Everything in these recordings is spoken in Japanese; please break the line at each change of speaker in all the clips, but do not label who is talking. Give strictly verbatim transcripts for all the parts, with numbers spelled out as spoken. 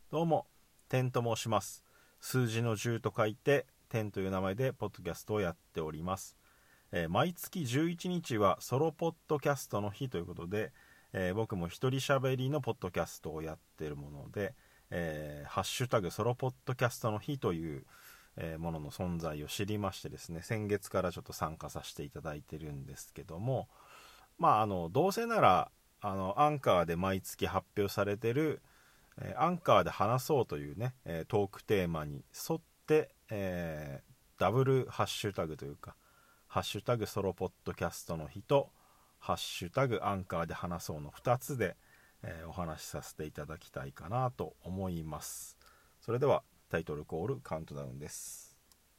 どうも、テンと申します。数字のじゅうと書いて、テンという名前でポッドキャストをやっております。えー、毎月じゅういちにちはソロポッドキャストの日ということで、えー、僕も一人喋りのポッドキャストをやっているもので、えー、ハッシュタグソロポッドキャストの日という、えー、ものの存在を知りましてですね、先月からちょっと参加させていただいてるんですけども、まああのどうせならあのアンカーで毎月発表されてるアンカーで話そうというねトークテーマに沿って、えー、ダブルハッシュタグというかハッシュタグソロポッドキャストの日とハッシュタグアンカーで話そうのふたつで、えー、お話しさせていただきたいかなと思います。それではタイトルコールカウントダウンです。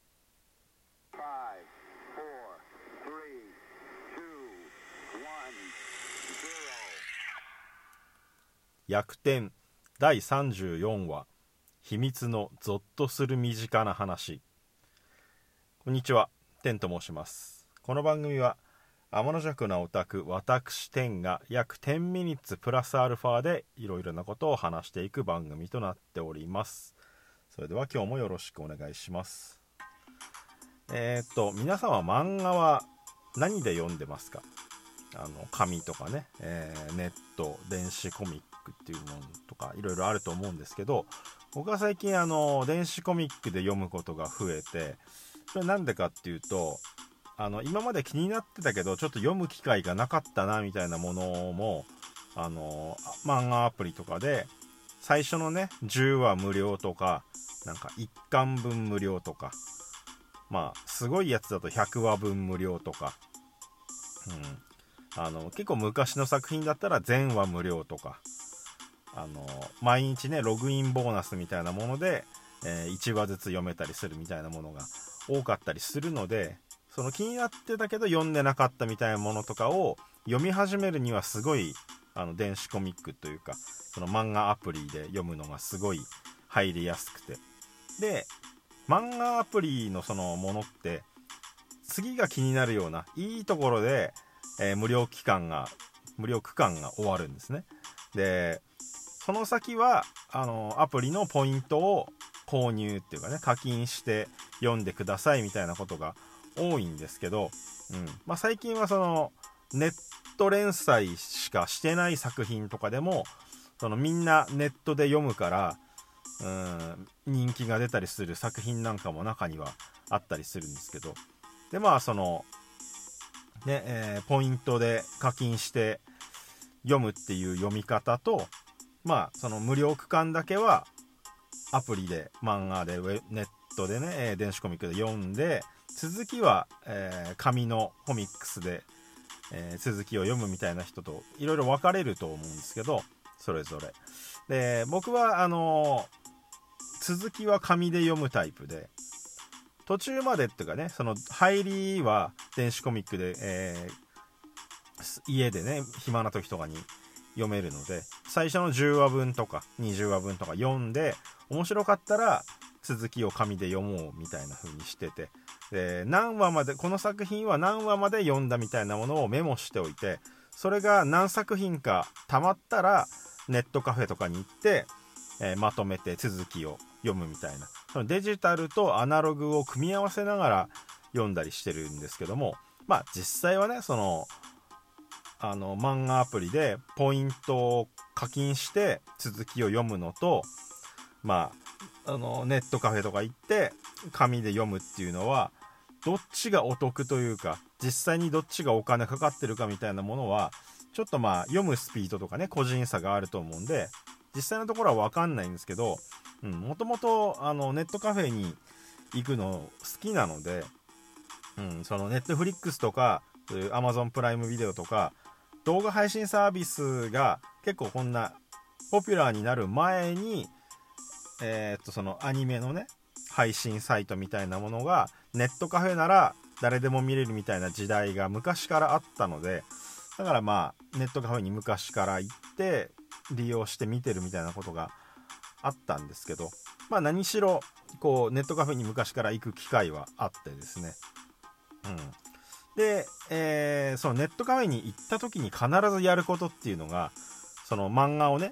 逆転だいさんじゅうよんわ、秘密のゾッとする身近な話。こんにちは、テンと申します。この番組は天の弱なオタク私テンが約じゅうミニッツプラスアルファでいろいろなことを話していく番組となっております。それでは今日もよろしくお願いします。えー、っと皆さんは漫画は何で読んでますか？あの紙とかね、えー、ネット、電子コミックっていうものとかいろいろあると思うんですけど、僕は最近あの電子コミックで読むことが増えて、それなんでかっていうと、あの今まで気になってたけどちょっと読む機会がなかったなみたいなものもあの漫画アプリとかで最初のねじゅうわ無料とか、なんかいっかんぶん無料とか、まあすごいやつだとひゃくわぶん無料とか、うんあの結構昔の作品だったら全話無料とか、あの毎日ねログインボーナスみたいなもので、えー、いちわずつ読めたりするみたいなものが多かったりするので、その気になってたけど読んでなかったみたいなものとかを読み始めるにはすごいあの電子コミックというかその漫画アプリで読むのがすごい入りやすくて、で漫画アプリのそのものって次が気になるようないいところでえー、無料期間が無料区間が終わるんですね。でその先はあのアプリのポイントを購入っていうかね、課金して読んでくださいみたいなことが多いんですけど、うんまあ、最近はそのネット連載しかしてない作品とかでもそのみんなネットで読むからうん人気が出たりする作品なんかも中にはあったりするんですけど、でまあそのねえー、ポイントで課金して読むっていう読み方と、まあその無料区間だけはアプリで漫画でネットでね、えー、電子コミックで読んで、続きは、えー、紙のコミックスで、えー、続きを読むみたいな人といろいろ分かれると思うんですけど、それぞれで僕はあのー、続きは紙で読むタイプで、途中までっていうかね、その入りは電子コミックで、えー、家でね暇な時とかに読めるので、最初のじゅうわぶんとかにじゅうわぶんとか読んで面白かったら続きを紙で読もうみたいな風にしてて、で何話まで、この作品は何話まで読んだみたいなものをメモしておいて、それが何作品かたまったらネットカフェとかに行って、えー、まとめて続きを読むみたいな、そのデジタルとアナログを組み合わせながら読んだりしてるんですけども、まあ実際はねそのあの漫画アプリでポイントを課金して続きを読むのと、まああのネットカフェとか行って紙で読むっていうのはどっちがお得というか、実際にどっちがお金かかってるかみたいなものはちょっとまあ読むスピードとかね個人差があると思うんで、実際のところは分かんないんですけど、もともとネットカフェに行くの好きなので、うん、そのネットフリックスとかアマゾンプライムビデオとか動画配信サービスが結構こんなポピュラーになる前に、えー、っとそのアニメのね配信サイトみたいなものがネットカフェなら誰でも見れるみたいな時代が昔からあったので、だからまあネットカフェに昔から行って利用して見てるみたいなことがあったんですけど、まあ何しろこうネットカフェに昔から行く機会はあってですね、うんで、えー、そのネットカフェに行った時に必ずやることっていうのが、その漫画をね、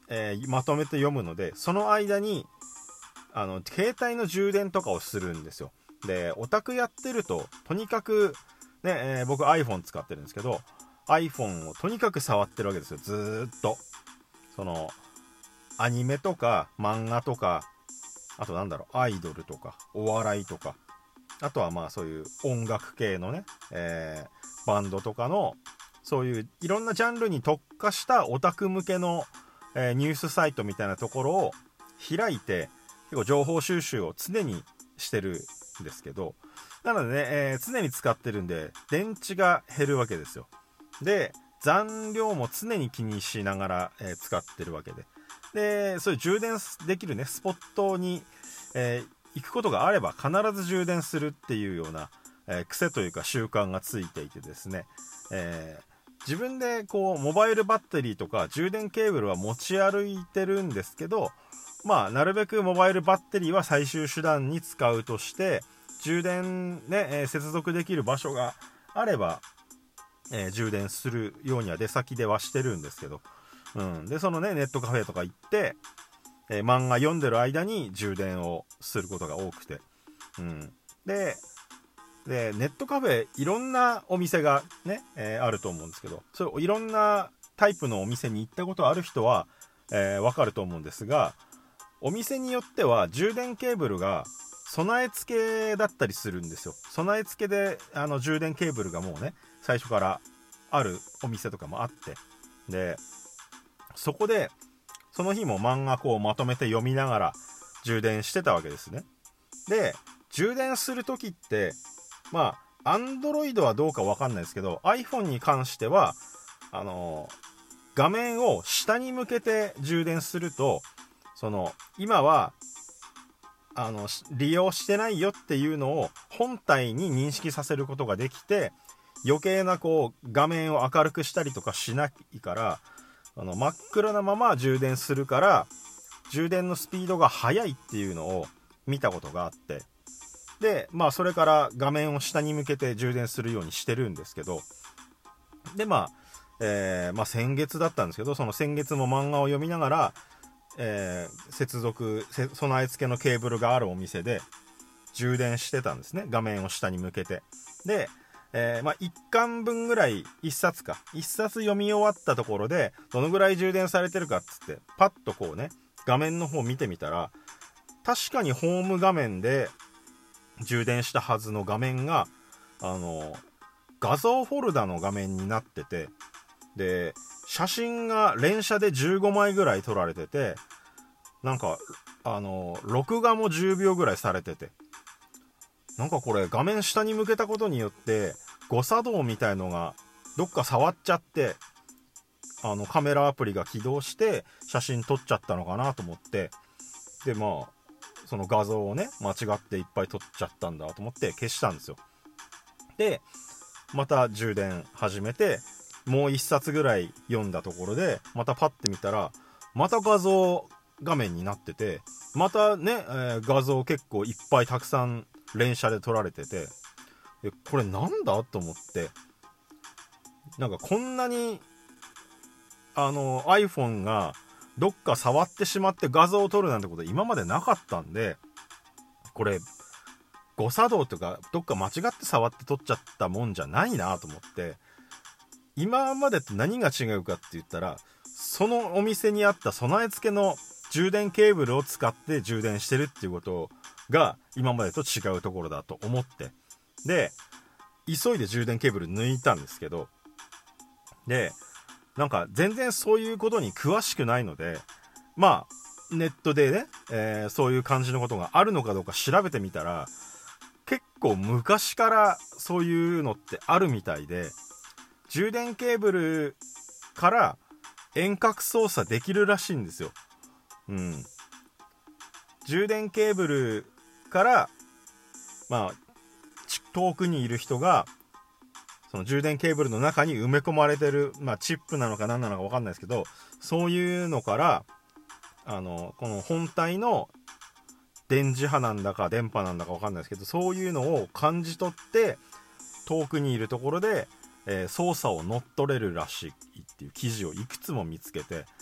えー、まとめて読むので、その間にあの携帯の充電とかをするんですよ。でオタクやってるととにかくね、えー、僕 iPhone 使ってるんですけど iPhone をとにかく触ってるわけですよ。ずーっとそのアニメとか漫画とか、あとなんだろうアイドルとかお笑いとか、あとはまあそういう音楽系のね、えー、バンドとかのそういういろんなジャンルに特化したオタク向けの、えー、ニュースサイトみたいなところを開いて結構情報収集を常にしてるんですけど、なのでね、えー、常に使ってるんで電池が減るわけですよ。で残量も常に気にしながら、えー、使ってるわけで、でそういう充電できるねスポットに、えー、行くことがあれば必ず充電するっていうような、えー、癖というか習慣がついていてですね、えー、自分でこうモバイルバッテリーとか充電ケーブルは持ち歩いてるんですけど、まあなるべくモバイルバッテリーは最終手段に使うとして充電ね、えー、接続できる場所があれば、えー、充電するようには出先ではしてるんですけど、うん、でそのねネットカフェとか行って、えー、漫画読んでる間に充電をすることが多くて、うん、ででネットカフェいろんなお店がね、えー、あると思うんですけど、そういろんなタイプのお店に行ったことある人は、えー、分かると思うんですが、お店によっては充電ケーブルが備え付けだったりするんですよ。備え付けであの充電ケーブルがもうね最初からあるお店とかもあって、でそこでその日も漫画こうまとめて読みながら充電してたわけですね。で充電する時ってまあ Android はどうか分かんないですけど iPhone に関してはあの画面を下に向けて充電すると、その今はあの利用してないよっていうのを本体に認識させることができて、余計なこう画面を明るくしたりとかしないから、あの真っ暗なまま充電するから充電のスピードが速いっていうのを見たことがあって、でまあそれから画面を下に向けて充電するようにしてるんですけど、でまあ、えー、まあ先月だったんですけど、その先月も漫画を読みながら、えー、接続備え付けのケーブルがあるお店で充電してたんですね、画面を下に向けて。で、えー、まあいっかんぶんぐらいいっさつかいっさつ読み終わったところでどのぐらい充電されてるかっつってパッとこうね画面の方見てみたら、確かにホーム画面で充電したはずの画面があの画像フォルダの画面になってて、で写真が連写でじゅうごまいぐらい撮られてて、なんかあの録画もじゅうびょうぐらいされてて、なんかこれ画面下に向けたことによって誤作動みたいのがどっか触っちゃって、あのカメラアプリが起動して写真撮っちゃったのかなと思って、でまあその画像をね間違っていっぱい撮っちゃったんだと思って消したんですよ。でまた充電始めてもういっさつぐらい読んだところでまたパッて見たらまた画像画面になってて、またね、えー、画像結構いっぱいたくさん連写で撮られてて、えこれなんだと思って、なんかこんなにあの iPhone がどっか触ってしまって画像を撮るなんてこと今までなかったんで、これ誤作動とかどっか間違って触って撮っちゃったもんじゃないなと思って、今までって何が違うかって言ったら、そのお店にあった備え付けの充電ケーブルを使って充電してるっていうことが今までと違うところだと思って、で急いで充電ケーブル抜いたんですけど、でなんか全然そういうことに詳しくないので、まあネットでね、えー、そういう感じのことがあるのかどうか調べてみたら、結構昔からそういうのってあるみたいで、充電ケーブルから遠隔操作できるらしいんですよ。うん、充電ケーブルからまあ遠くにいる人がその充電ケーブルの中に埋め込まれてる、まあ、チップなのか何なのか分かんないですけど、そういうのからあのこの本体の電磁波なんだか電波なんだか分かんないですけど、そういうのを感じ取って遠くにいるところで、えー、操作を乗っ取れるらしいっていう記事をいくつも見つけて、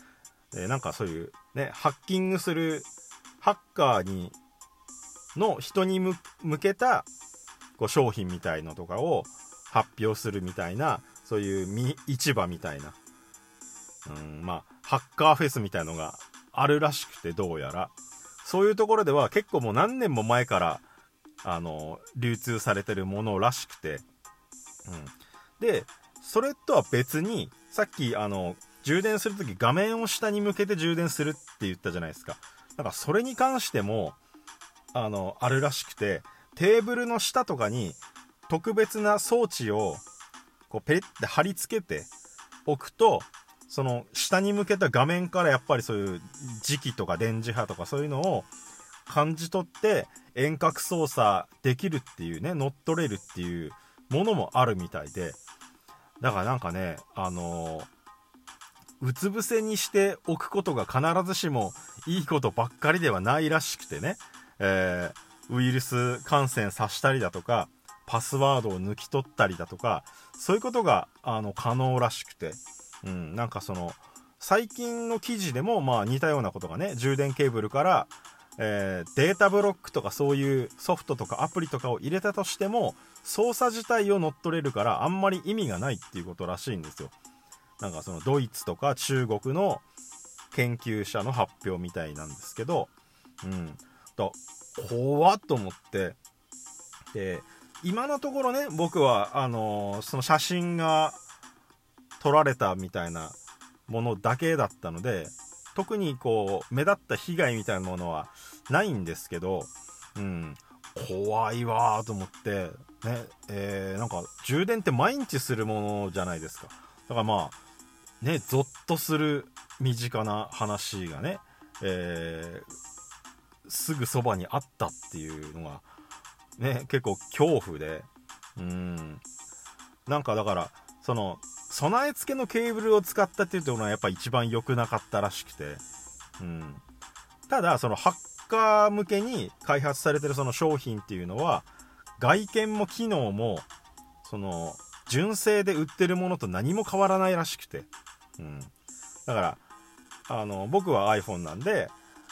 えー、なんかそういうねハッキングするハッカーにの人に向けたこう商品みたいのとかを発表するみたいな、そういう市場みたいな、うん、まあハッカーフェスみたいのがあるらしくて、どうやらそういうところでは結構もう何年も前からあの流通されてるものらしくて、うん、でそれとは別にさっきあの充電するとき画面を下に向けて充電するって言ったじゃないですか。だからそれに関してもあのあるらしくて、テーブルの下とかに特別な装置をこうペリッて貼り付けておくと、その下に向けた画面からやっぱりそういう磁気とか電磁波とかそういうのを感じ取って遠隔操作できるっていうね、乗っ取れるっていうものもあるみたいで、だからなんかね、あのー、うつ伏せにしておくことが必ずしもいいことばっかりではないらしくてね、えー、ウイルス感染させたりだとかパスワードを抜き取ったりだとか、そういうことがあの可能らしくて、うん、なんかその最近の記事でもまあ似たようなことがね、充電ケーブルから、えー、データブロックとかそういうソフトとかアプリとかを入れたとしても操作自体を乗っ取れるからあんまり意味がないっていうことらしいんですよ。なんかそのドイツとか中国の研究者の発表みたいなんですけど、うん、だ怖っと思って、で今のところね、僕はあのー、その写真が撮られたみたいなものだけだったので、特にこう目立った被害みたいなものはないんですけど、うん、怖いわーと思ってね、えー、なんか充電って毎日するものじゃないですか。だからまあね、ゾッとする身近な話がね、えー、すぐそばにあったっていうのがね、結構恐怖で、うーん、なんかだからその備え付けのケーブルを使ったっていうのはやっぱ一番良くなかったらしくて、うん、ただそのハッカー向けに開発されてるその商品っていうのは外見も機能もその純正で売ってるものと何も変わらないらしくて、うん、だからあの僕は iPhone なんで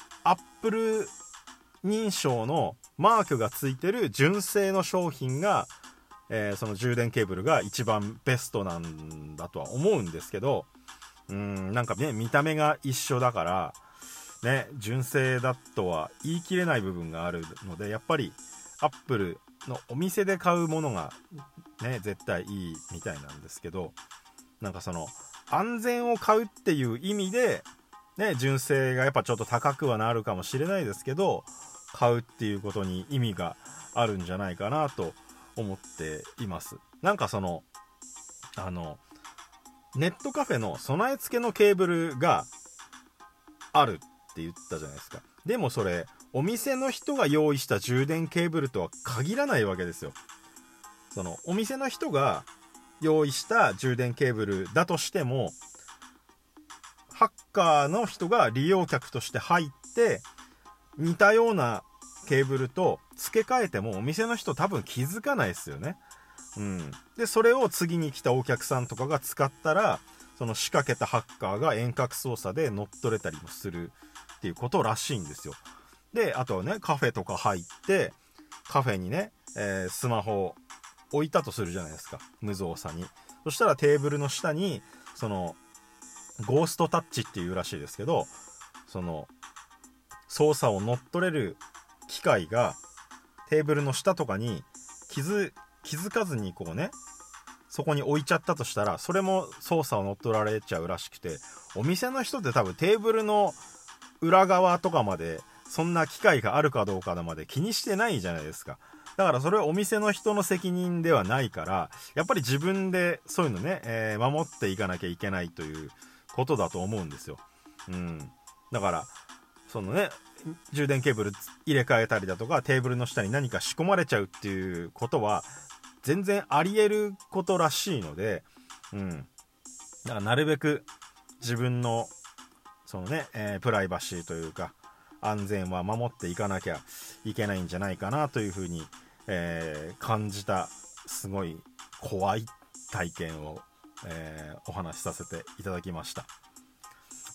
Apple 認証のマークがついてる純正の商品が、えー、その充電ケーブルが一番ベストなんだとは思うんですけど、うーん、なんかね見た目が一緒だからね、純正だとは言い切れない部分があるので、やっぱり Apple のお店で買うものがね絶対いいみたいなんですけど、なんかその安全を買うっていう意味でね、純正がやっぱちょっと高くはなるかもしれないですけど、買うっていうことに意味があるんじゃないかなと思っています。なんかそのあのネットカフェの備え付けのケーブルがあるって言ったじゃないですか。でもそれお店の人が用意した充電ケーブルとは限らないわけですよ。そのお店の人が用意した充電ケーブルだとしても、ハッカーの人が利用客として入って似たようなケーブルと付け替えてもお店の人多分気づかないですよね。うん、でそれを次に来たお客さんとかが使ったら、その仕掛けたハッカーが遠隔操作で乗っ取れたりもするっていうことらしいんですよ。であとはね、カフェとか入ってカフェにね、えー、スマホを置いたとするじゃないですか、無造作に。そしたらテーブルの下にそのゴーストタッチっていうらしいですけど、その操作を乗っ取れる機械がテーブルの下とかに気づ、気づかずにこうね、そこに置いちゃったとしたら、それも操作を乗っ取られちゃうらしくて、お店の人って多分テーブルの裏側とかまでそんな機械があるかどうかまで気にしてないじゃないですか。だからそれはお店の人の責任ではないから、やっぱり自分でそういうのね、えー、守っていかなきゃいけないということだと思うんですよ。うん、だからそのね、充電ケーブル入れ替えたりだとかテーブルの下に何か仕込まれちゃうっていうことは全然あり得ることらしいので、うん、だからなるべく自分のそのね、えー、プライバシーというか安全は守っていかなきゃいけないんじゃないかなというふうに、えー、感じたすごい怖い体験を、えー、お話しさせていただきました。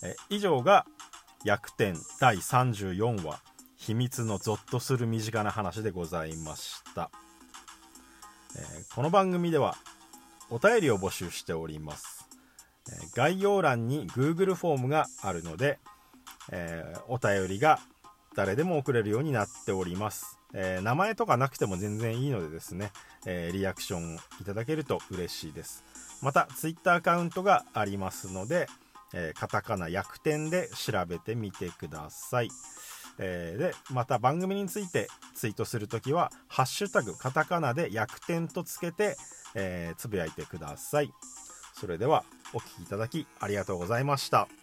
え以上が逆転だいさんじゅうよんわ秘密のゾッとする身近な話でございました。えー、この番組ではお便りを募集しております。えー、概要欄に Google フォームがあるので、えー、お便りが誰でも送れるようになっております。えー、名前とかなくても全然いいのでですね、えー、リアクションいただけると嬉しいです。また Twitter アカウントがありますので、えー、カタカナ逆転で調べてみてください。えー、でまた番組についてツイートするときはハッシュタグカタカナで逆転とつけて、えー、つぶやいてください。それではお聞きいただきありがとうございました。